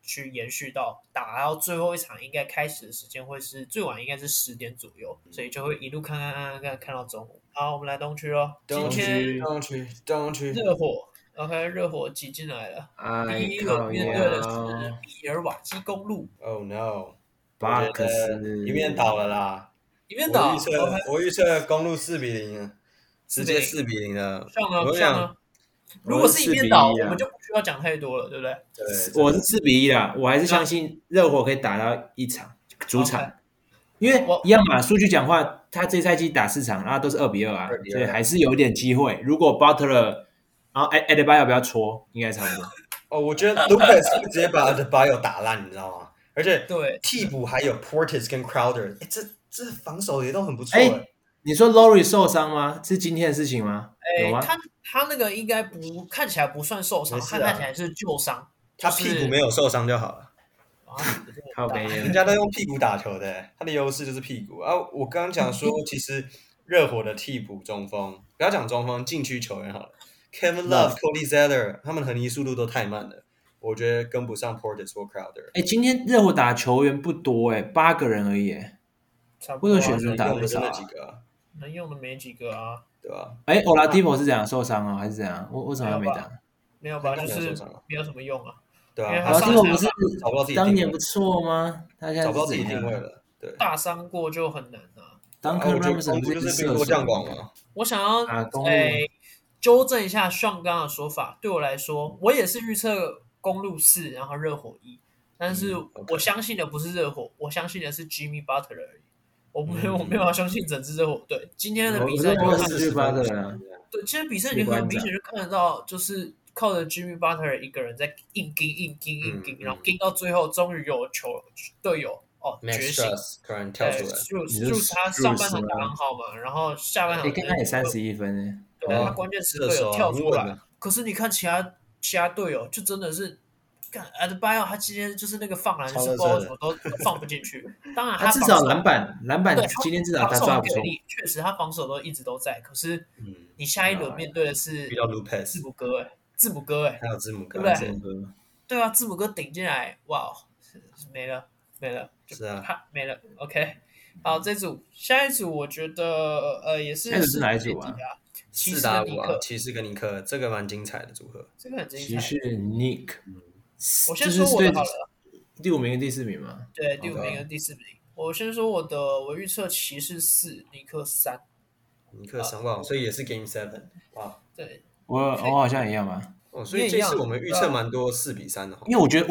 去延续到打到最后一场，应该开始的时间会是最晚应该是10点左右，所以就会一路看到中午。好，我们来东区咯。今天东区热火 ，OK， 热火挤进来了。第一轮面对的是比尔瓦基公鹿。 Oh no！ 巴克斯一面倒了啦。 一面倒。 我预测公鹿4-0，直接4-0了。 上了。如果是一面倒，我们就不需要讲太多了，对不对？ 对， 我是4-1啦，我还是相信热火可以打到一场主场，因为一样嘛，数据讲话，他这赛季打4场，然后都是2-2啊，所以还是有一点机会。如果 Butler， 然后 Adebayo 不要戳，应该差不多。 哦，我觉得 Lucas 会直接把 Adebayo 打烂，你知道吗？而且对替补还有 Portis 跟 Crowder， 这防守也都很不错。 你说 Lowry 受伤吗？是今天的事情吗？有吗？ 他那个应该不看起来不算受伤，他看起来是旧伤。 他屁股没有受伤就好了。人家都用屁股打球的，他的优势就是屁股啊！我刚刚讲说，其实热火的替补中锋，不要讲中锋，禁区球员好了 ，Kevin Love、Cody Zeller， 他们横移速度都太慢了，我觉得跟不上 Portis 或 Crowder。 今天热火打球员不多8个人而已，为什么选择打多少？ 能用的没几个啊， 对吧 ？Oladipo 是怎样受伤还是怎样？为什么没打？ 没有吧，就是没有什么用啊。 对啊 ，Oladipo 不是找不到自己当年不错吗？他现在找不到自己定位了，对， 大伤过就很难啊。 Duncan Robinson 不就是兵多将广吗？ 我想要纠正一下Sean刚刚的说法，对我来说，我也是预测公鹿4，然后热火1，但是我相信的不是热火，我相信的是 Jimmy Butler 而已。我没有要相信整支热火队。今天的比赛就看对，今天比赛你很明显就看得到，就是靠着 Jimmy Butler 一个人在硬盯，然后盯到最后，终于有队友觉醒， 突然跳出来。 他上半场打很好嘛，然后下半场刚刚也31分呢。 对，他关键时刻有跳出来。可是你看其他队友，就真的是。Adebayo 他今天就是那个放篮，就是包什么都放不进去。当然他至少篮板今天至少他抓不错。 确实，他防守都一直都在。可是你下一轮面对的是字母哥， 还有字母哥， 对不对？对啊，字母哥顶进来，哇，没了， 是啊， 没了。OK， 好，下一组我觉得也是。 下一组是哪一组啊 ？4-5啊，骑士跟尼克，这个蛮精彩的组合。 这个很精彩。 骑士 Nick。 我先说我的好了， 第5名跟第4名嘛。 对，第5名跟第4名。我先说我预测骑士4，尼克3。 尼克3哇，所以也是 Game 7哇。 对， 我好像一样吧。 所以这次我们预测蛮多4-3的。 因为我觉得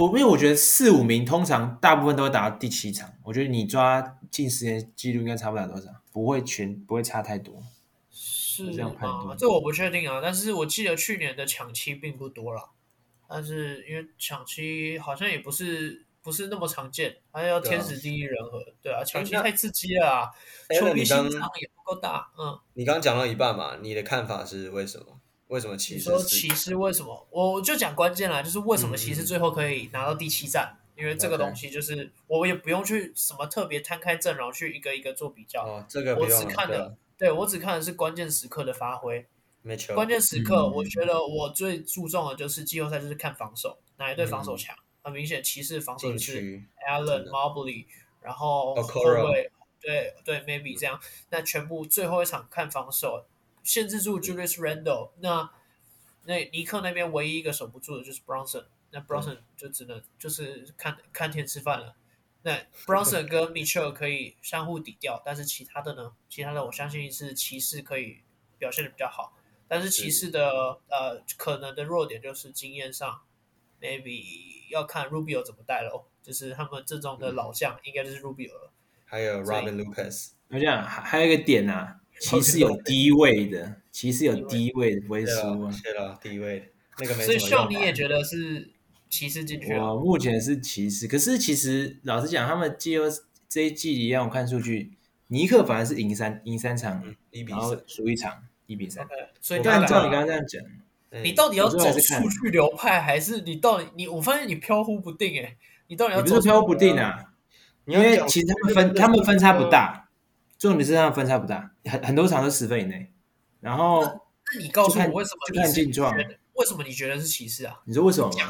4、5名通常大部分都会打到第7场。我觉得你抓近10年纪录应该差不了多少，不会差太多。 是这样判断， 这我不确定啊。但是我记得去年的抢七并不多啦。但是因为抢七好像也不是那么常见，还要天时地利人和，对啊，抢七太刺激了啊，球迷心脏也不够大， 你刚讲到一半嘛，你的看法是为什么？为什么骑士？ 你说骑士为什么？我就讲关键啦，就是为什么骑士最后可以拿到第7战？因为这个东西就是我也不用去什么特别摊开阵容去一个一个做比较， 这个不用我只看的是关键时刻的发挥。 没错， 关键时刻，我觉得我最注重的就是季后赛，就是看防守，哪一队防守强。很明显，骑士防守是 Allen、Mobley， 然后后卫，对 maybe 这样。那全部最后一场看防守，限制住 Julius Randle。那尼克那边唯一一个守不住的就是 Brunson， 那 Brunson 就只能就是看天吃饭了。那 Brunson 跟 Mitchell 可以相互抵掉，但是其他的呢？其他的我相信是骑士可以表现的比较好。但是骑士的可能的弱点就是经验上 ，maybe 要看 Rubio 怎么带咯，就是他们阵中的老将应该就是 Rubio 了。 还有 Robin Lopez。 我讲还有一个点啊，骑士有低位的，不会输啊。 对了，低位的那个没什么用。 所以秀你也觉得是骑士进去了？ 我目前是骑士，可是其实老实讲，他们这一季让我看数据，尼克反而是赢三场 ，1-3， 然后输1场。1-3， 所以按照你刚刚这样讲， 你到底要走数据流派，还是我发现你飘忽不定你到底要走？ 你不是飘忽不定啊？因为其实他们分差不大，重点是他们分差不大，很多场都10分以内。然后那你告诉我为什么就看劲状？ 为什么你觉得是骑士啊？ 你说为什么吗？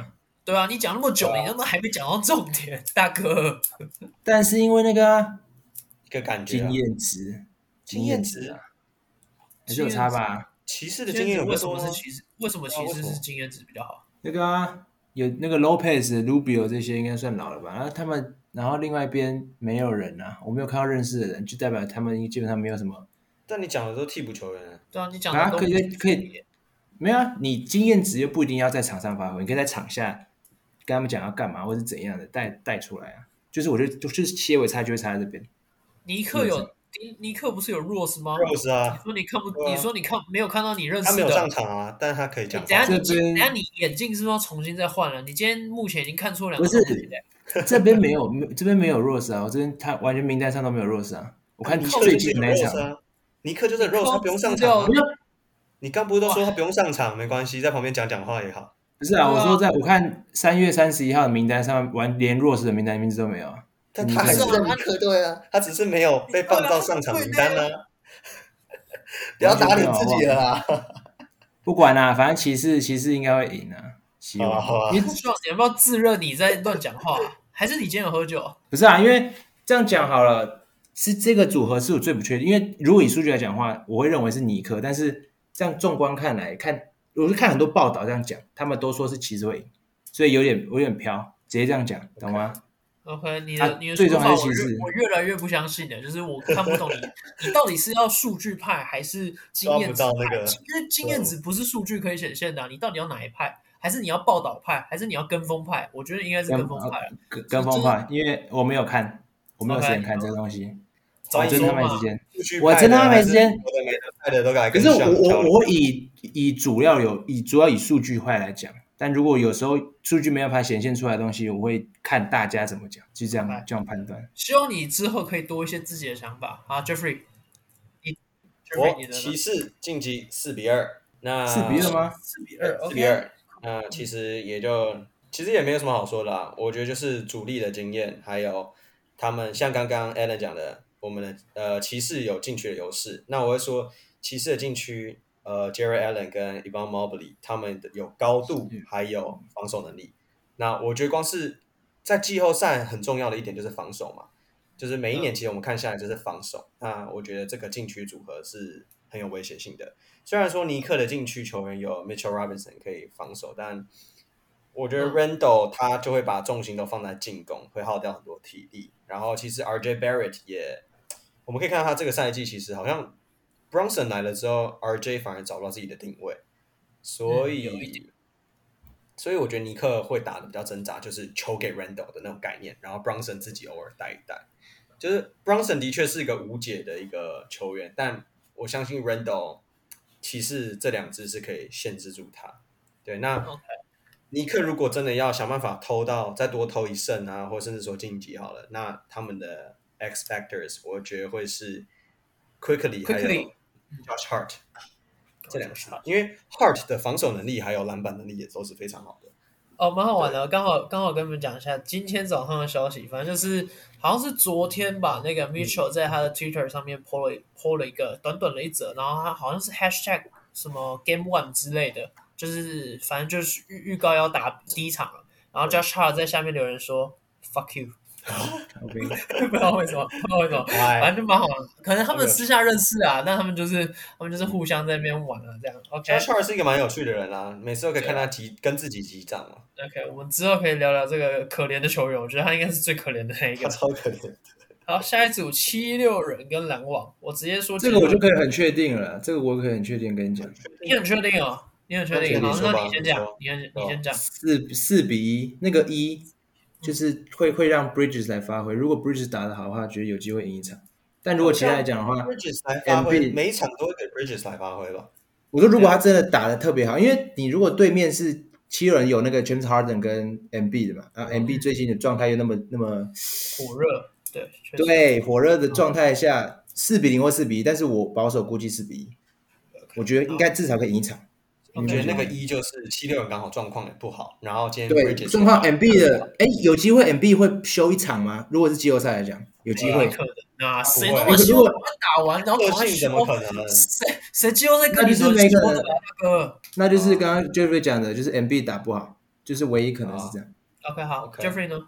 对啊，你讲那么久，你他妈还没讲到重点，大哥。 但是因为那个一个感觉、 经验值， 经验值啊，还是有差吧？ 骑士的经验为什么是骑士？为什么骑士是经验值比较好？ 那个啊，有那个 Lopez、Rubio 这些应该算老了吧？然后另外一边没有人啊，我没有看到认识的人，就代表他们基本上没有什么。 但你讲的都替补球员， 对啊，你讲的都可以，没有啊，你经验值又不一定要在场上发挥，你可以在场下跟他们讲要干嘛或是怎样的带出来啊。就是我觉得就是切尾差就会差在这边。 尼克不是有 Rose 吗 ？Rose 啊， 你说你没有看到你认识的， 他没有上场啊，但是他可以讲话。 等下你眼镜是不是要重新再换了？你今天目前已经看出2个东西了。这边没有Rose 啊，我这边他完全名单上都没有 Rose 啊。我看最近那一场， 尼克就是 Rose， 他不用上场。你刚不是都说他不用上场，没关系，在旁边讲话也好。 不是啊，我说我看3月31号的名单上连 Rose 的名单名字都没有啊。 但他还是在尼克队啊，他只是没有被放到上场名单啊。不要打脸自己了啦！ 不管啦，反正骑士应该会赢啊。希望。 你要不要自认你在乱讲话？还是你今天有喝酒？ 不是啊，因为这样讲好了，是这个组合是我最不确定。因为如果以数据来讲的话，我会认为是尼克，但是这样纵观看来我是看很多报道这样讲，他们都说是骑士会赢，所以有点飘，直接这样讲，懂吗？ OK， 你的最终还是骑士。 我越来越不相信了，就是我看不懂你到底是要数据派还是经验值派？因为经验值不是数据可以显现的，你到底要哪一派？还是你要报道派？还是你要跟风派？我觉得应该是跟风派。 跟风派，因为我没有看，我没有时间看这个东西。 我真他妈没时间，我真他妈没时间。可是我会以主要以数据派来讲。但如果有时候数据没有办法显现出来的东西，我会看大家怎么讲，就这样判断。 希望你之后可以多一些自己的想法啊 ，Jeffrey。 骑士晋级4-2，那 4-2吗 ？4-2， 那其实也没有什么好说的啦。我觉得就是主力的经验，还有他们像刚刚 Alan 讲的，我们的骑士有禁区的优势。那我会说骑士的禁区。Jarrett Allen 跟 Evan Mobley 他们有高度还有防守能力。那我觉得光是在季后赛很重要的一点就是防守嘛，就是每一年其实我们看下来就是防守。那我觉得这个禁区组合是很有威胁性的。虽然说尼克的禁区球员有 Mitchell Robinson 可以防守，但我觉得 Randle 他就会把重心都放在进攻，会耗掉很多体力。然后其实 RJ Barrett 我们可以看到他这个赛季其实好像Brunson 来了之后 ，RJ 反而找不到自己的定位，所以我觉得尼克会打的比较挣扎，就是球给 Randle 的那种概念，然后 Brunson 自己偶尔带一带。就是 Brunson 的确是一个无解的一个球员，但我相信 Randle 骑士这2支是可以限制住他。对，那尼克如果真的要想办法再多偷1胜啊，或甚至说晋级好了，那他们的 X Factors 我觉得会是 Quickly 还有Josh Hart 这2个，因为 Hart 的防守能力还有篮板能力也都是非常好的。 蛮好玩的。刚好跟你们讲一下今天早上的消息，反正就是好像是昨天吧，那个 Mitchell 在他的 Twitter 上面 po 了一个短短的一则，然后他好像是 hashtag 什么 Game 1之类的，就是反正就是预告要打第一场了。然后 Josh Hart 在下面留言说 Fuck you。不知道为什么，反正就蛮好玩。可能他们私下认识啊，但他们就是互相在那边玩啊，这样。OK， Josh Hart 是一个蛮有趣的人啦，每次都可以看他跟自己击掌嘛。 OK， 我们之后可以聊聊这个可怜的球员，我觉得他应该是最可怜的那一个。 他超可怜的。 好，下一组76人跟篮网，我直接说这个我就可以很确定了，这个我可以很确定跟你讲。 你很确定哦？你很确定？好，那你先讲，你先讲。 4-1，那个1。就是会让 Bridges 来发挥，如果 Bridges 打得好的话，觉得有机会赢一场。但如果其他来讲的话 ，Bridges 来发挥，每一场都会给 Bridges 来发挥吧。 我说如果他真的打得特别好，因为你如果对面是76人有那个 James Harden 跟 MB 的嘛，MB 最近的状态又那么火热， 对火热的状态下，4-0或4-1，但是我保守估计4-1，我觉得应该至少可以赢一场。 我觉得那个1就是76人刚好状况也不好，然后今天对状况 MB 的，有机会 MB 会休一场吗？如果是季后赛来讲，有机会。 可能啊，谁都把季后赛打完，然后赶快休， 怎么可能？ 谁季后赛跟你说没可能？ 那就是刚刚 Jeffrey 讲的，就是 MB 打不好， 就是唯一可能是这样。 OK 好 OK ，Jeffrey 呢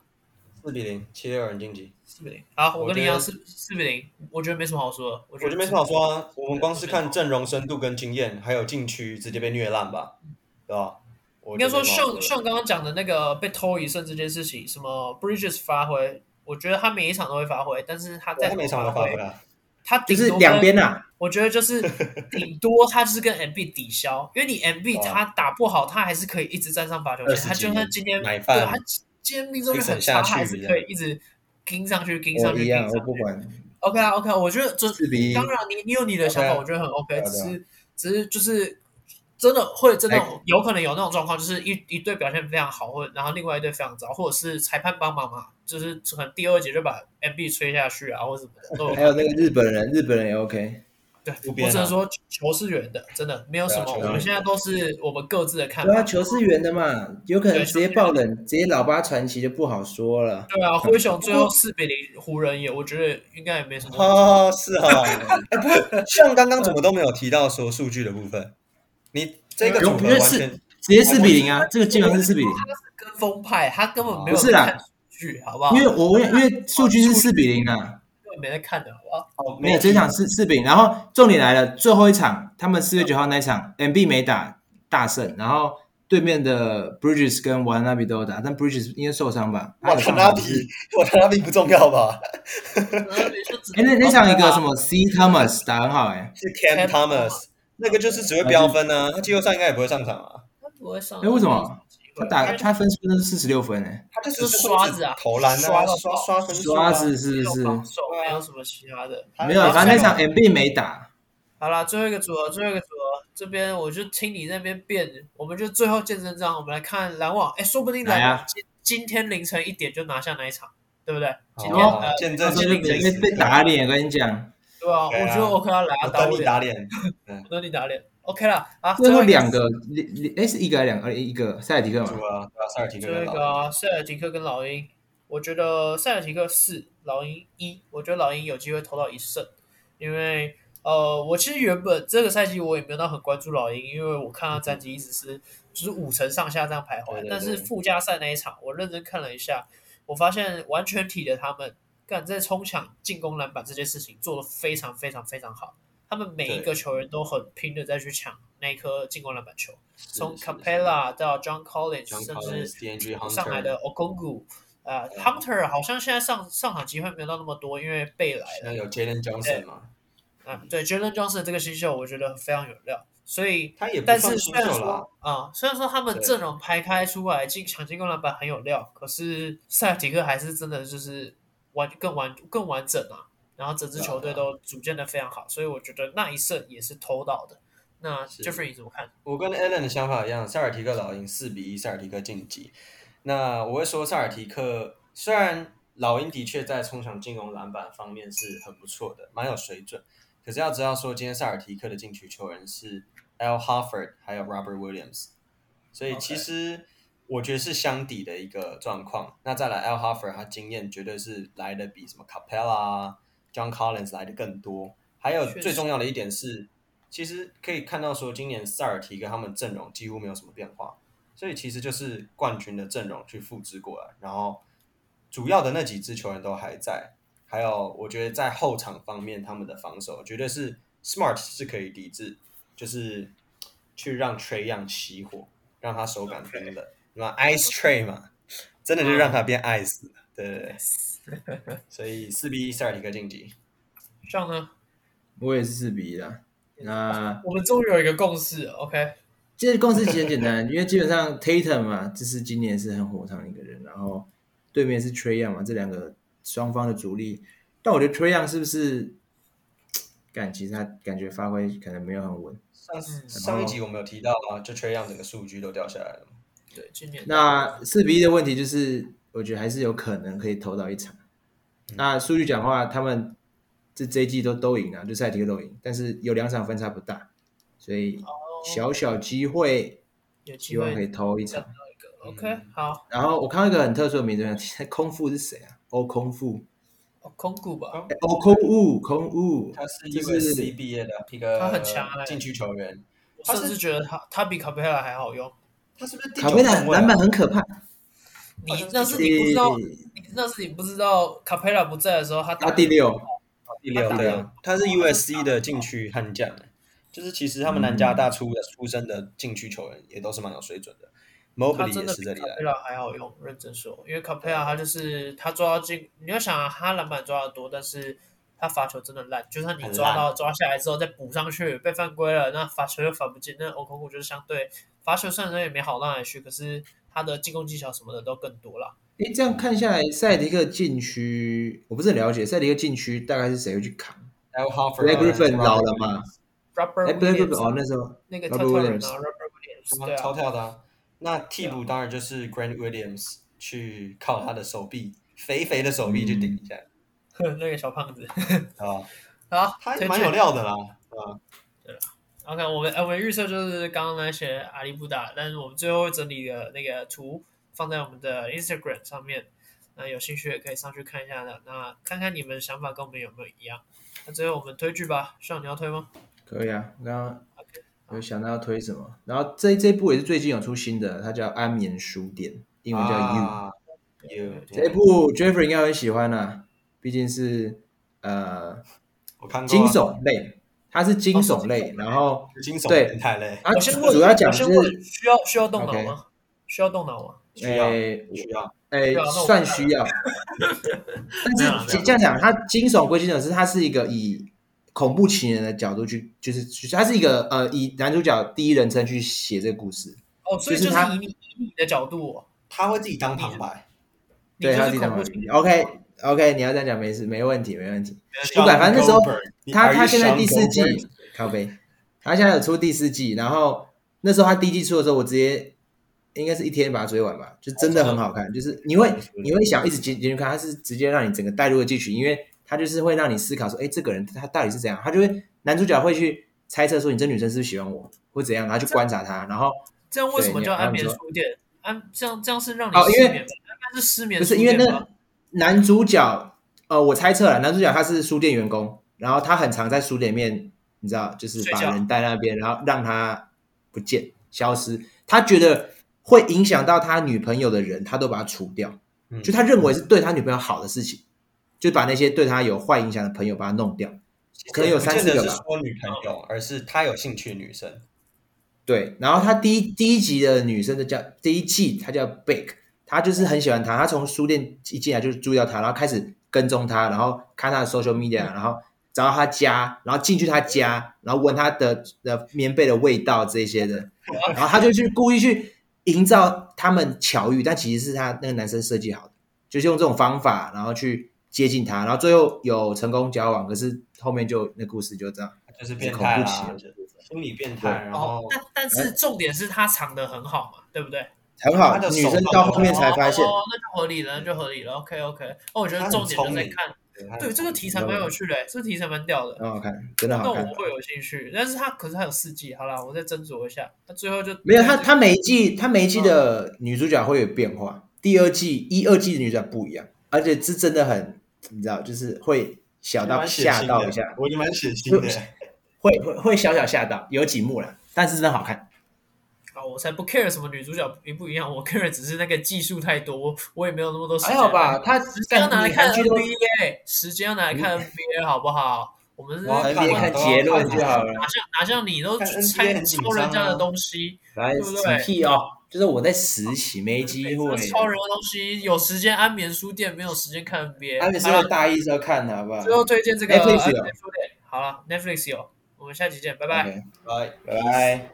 ？4-0，76人晋级。 4-0。好，我跟你一样4-0，我觉得没什么好说的。 我觉得没什么好说啊，我们光是看阵容深度跟经验，还有禁区直接被虐烂吧，对吧？ 应该说像刚刚讲的那个被偷一胜这件事情，什么 Bridges 发挥，我觉得他每一场都会发挥，但是他每一场都发挥，他就是两边啊。 我觉得就是顶多他就是跟 MB 抵消，因为你 MB 他打不好，他还是可以一直站上罚球线，他就算今天对他今天命中率很差，他还是可以一直盯上去。 我不管。 OK 啊 OK， 我觉得这当然你有你的想法，我觉得很 OK， 只是就是真的有可能有那种状况，就是一队表现非常好，然后另外一队非常糟，或者是裁判帮忙嘛，就是可能第二节就把 MB 吹下去啊，或者什么的。 还有那个日本人也 OK。 对，我只能说球是圆的，真的没有什么。我们现在都是我们各自的看法。 对啊，球是圆的嘛，有可能直接爆冷，直接老八传奇就不好说了。 对啊，灰熊最后4-0湖人也，我觉得应该也没什么。 是啊，像刚刚怎么都没有提到说数据的部分，你这个组合完全直接4-0啊，这个基本上是4-0。 他是跟风派，他根本没有看数据，好不好？ 因为数据是4-0啊。 没在看的，好不好？ 没有，这场是4-0，然后重点来了，最后一场他们4月9号那一场 ，MB 没打大胜，然后对面的 Bridges 跟 Watanabe 都有打，但 Bridges 应该受伤吧 ？Watanabe 不重要吧？ 那场一个什么 C Thomas 打很好是 Cam Thomas， 那个就是只会飙分啊，他季后赛应该也不会上场啊。 他不会上， 为什么？他分数真是46分哎， 他就是刷子啊， 投篮啊，刷分数， 刷子是， 没有什么其他的， 没有，反正那场 MB 没打。 好啦，最后一个组合，这边我就听你那边辩，我们就最后见真章，我们来看篮网，说不定篮网今天凌晨1点就拿下那一场，对不对？今天见证被打脸，跟你讲， 对啊，我觉得 OK 要来啊， 等你打脸 ，OK 了啊， 最后2个，是1个还是2个？一个塞尔提克嘛， 塞尔提克。 最后一个塞尔提克跟老鹰，我觉得塞尔提克4，老鹰1，我觉得老鹰有机会投到1胜，因为我其实原本这个赛季我也没有到很关注老鹰，因为我看到战绩一直是就是5成上下这样徘徊，但是附加赛那一场我认真看了一下，我发现完全体的他们在冲抢进攻篮板这件事情做得非常非常非常好。他们每一个球员都很拼的再去抢那一颗进攻篮板球，从 Capella 到 John Collins， 甚至上来的 Okongwu，Hunter 好像现在上场机会没有到那么多，因为贝来了。 现在有 Jalen Johnson 嘛？ 对 Jalen Johnson 这个新秀，我觉得非常有料。所以， 他也不但是虽然说他们阵容排开出来抢进攻篮板很有料，可是塞尔提克还是真的就是更完整啊。然后整支球队都组建的非常好，所以我觉得那一胜也是偷到的。那 Jeffrey 你怎么看？ 我跟 Alan 的想法一样，塞尔提克老鹰4-1，塞尔提克晋级。那我会说塞尔提克虽然老鹰的确在冲抢进攻篮板方面是很不错的，蛮有水准，可是要知道说今天塞尔提克的禁区球员是 Al Horford 还有 Robert Williams， 所以其实我觉得是相抵的一个状况。那再来 Al Horford 他经验绝对是来的比什么 Capella、John Collins 来的更多，还有最重要的一点是，其实可以看到说今年塞尔提克他们阵容几乎没有什么变化，所以其实就是冠军的阵容去复制过来，然后主要的那几支球员都还在，还有我觉得在后场方面他们的防守绝对是 Smart 是可以抵制，就是去让 Trae Young 熄火，让他手感冰冷，那 Ice Trae 嘛，真的就让他变 Ice 了，对，所以4-1塞尔提克晋级。 这样呢？ 我也是4-1啦。那我们终于有一个共识 ，OK。 这个共识其实很简单，因为基本上 Tatum 嘛，这是今年是很火烫的一个人，然后对面是 Trae Young 嘛，这两个双方的主力。但我觉得 Trae Young 是不是其实他感觉发挥可能没有很稳。 上一集我们有提到啊，就 Trae Young 整个数据都掉下来了。 对，今年那4-1的问题就是，我觉得还是有可能可以投到一场。那数据讲话，他们这一季都赢了，就赛提克都赢，但是有2场分差不大，所以小机会，希望可以投一场。 OK， 好。 然后我看到一个很特殊的名字，空腹是谁啊？欧空腹。 空谷吧， 空悟， 他是 USC 毕业的一个他很强禁区球员， 我甚至觉得他比卡佩拉还好用。 他是不是第卡佩拉 9顺位啊篮板很可怕。 那是你不知道，那是你不知道卡佩拉不在的时候，他打第6， 对啊，他是 USC 的禁区悍将，就是其实他们南加大出生的禁区球员也都是蛮有水准的。Mobley 也是这里来的。 卡佩拉还好用，认真说，因为卡佩拉他就是他抓到进，你要想他篮板抓得多，但是他罚球真的烂，就算你抓下来之后再补上去，被犯规了，那罚球又罚不进。那欧孔库就是相对罚球虽然说也没好到哪里去，可是他的进攻技巧什么的都更多啦。 这样看下来，赛迪克禁区我不是很了解，赛迪克禁区大概是谁会去扛 ？Blake Griffin 老了嘛 ？Robert Williams 那时候那个特人啊 ，Robert Williams 对啊， 超跳的啊。那替补当然就是 Grant Williams 去靠他的手臂，肥肥的手臂去顶一下。 那个小胖子好， 他蛮有料的啦， 对啦。OK， 我们预测就是刚刚那些阿里不达，但是我们最后会整理的那个图放在我们的 Instagram 上面，那有兴趣也可以上去看一下的。那看看你们的想法跟我们有没有一样。那最后我们推剧吧，像你要推吗？ 可以啊，我刚刚有想到要推什么，然后这部也是最近有出新的，它叫安眠书店，英文叫 You。这部 Jeffrey 应该很喜欢啊，毕竟是我看过惊悚类，它是惊悚类，然后惊悚变态类。 它主要讲是需要动脑吗？需要动脑吗？ 需要， 算需要。但是这样讲，它惊悚归惊悚，是它是一个以恐怖情人的角度去，就是它是一个以男主角第一人称去写这个故事。 哦，所以就是以你的角度， 他会自己当旁白。 对，他自己当旁白。OK， 你要这样讲没问题。不管，反正那时候他现在第4季，靠北，他现在有出第4季，然后那时候他第1季出的时候，我直接应该是一天把它追完吧，就真的很好看，就是你会想一直进去看，他是直接让你整个带入进去，因为他就是会让你思考说，这个人他到底是怎样，他就会男主角会去猜测说你这女生是不是喜欢我，或怎样，然后去观察她，然后这样为什么叫安眠书店？这样是让你失眠，应该是失眠不是因为那男主角我猜测了，男主角他是书店员工，然后他很常在书店里面，你知道，就是把人带那边，然后让他不见消失，他觉得会影响到他女朋友的人，他都把他除掉，就他认为是对他女朋友好的事情，就把那些对他有坏影响的朋友把他弄掉，可能有3-4个吧。 不见得是说女朋友，而是他有兴趣的女生。 对，然后他第一集的女生第1季，她叫 Beck， 她就是很喜欢他，她从书店一进来就注意到他，然后开始跟踪他，然后看他的 social media， 然后找到他家，然后进去他家，然后闻他的棉被的味道这些的，然后他就去故意去营造他们巧遇，但其实是他那个男生设计好的，就是用这种方法，然后去接近他，然后最后有成功交往，可是后面那故事就这样， 就是变态啦，心理变态，然后但是重点是他藏得很好嘛，对不对？ 很好，女生到后面才发现， 那就合理了。OK， 我觉得重点就在看，对这个题材蛮有趣的，这个题材蛮屌的， 很好看，真的好看。 那我会有兴趣，但是可是他有4季，好啦，我再斟酌一下。他最后就没有他每一季的女主角会有变化，第2季、1、2季的女主角不一样，而且是真的很，你知道，就是会小到吓到一下， 我也蛮血腥的， 会小吓到，有几幕了，但是真的好看。 我才不 care 什么女主角一不一样，我 care 只是那个技术太多，我也没有那么多时间。 还好吧，他时间要拿来看 NBA， 时间要拿来看 NBA 好不好？我们是 NBA 看结论就好了。 哪像你都猜抄人家的东西， 对不对？屁哦，就是我在实习没机会。 抄人的东西，有时间安眠书店，没有时间看 NBA。 安眠书店大一时候看的好不好？ 最后推荐这个 Netflix 有，好了 ，Netflix 有，我们下期见，拜拜， 拜拜。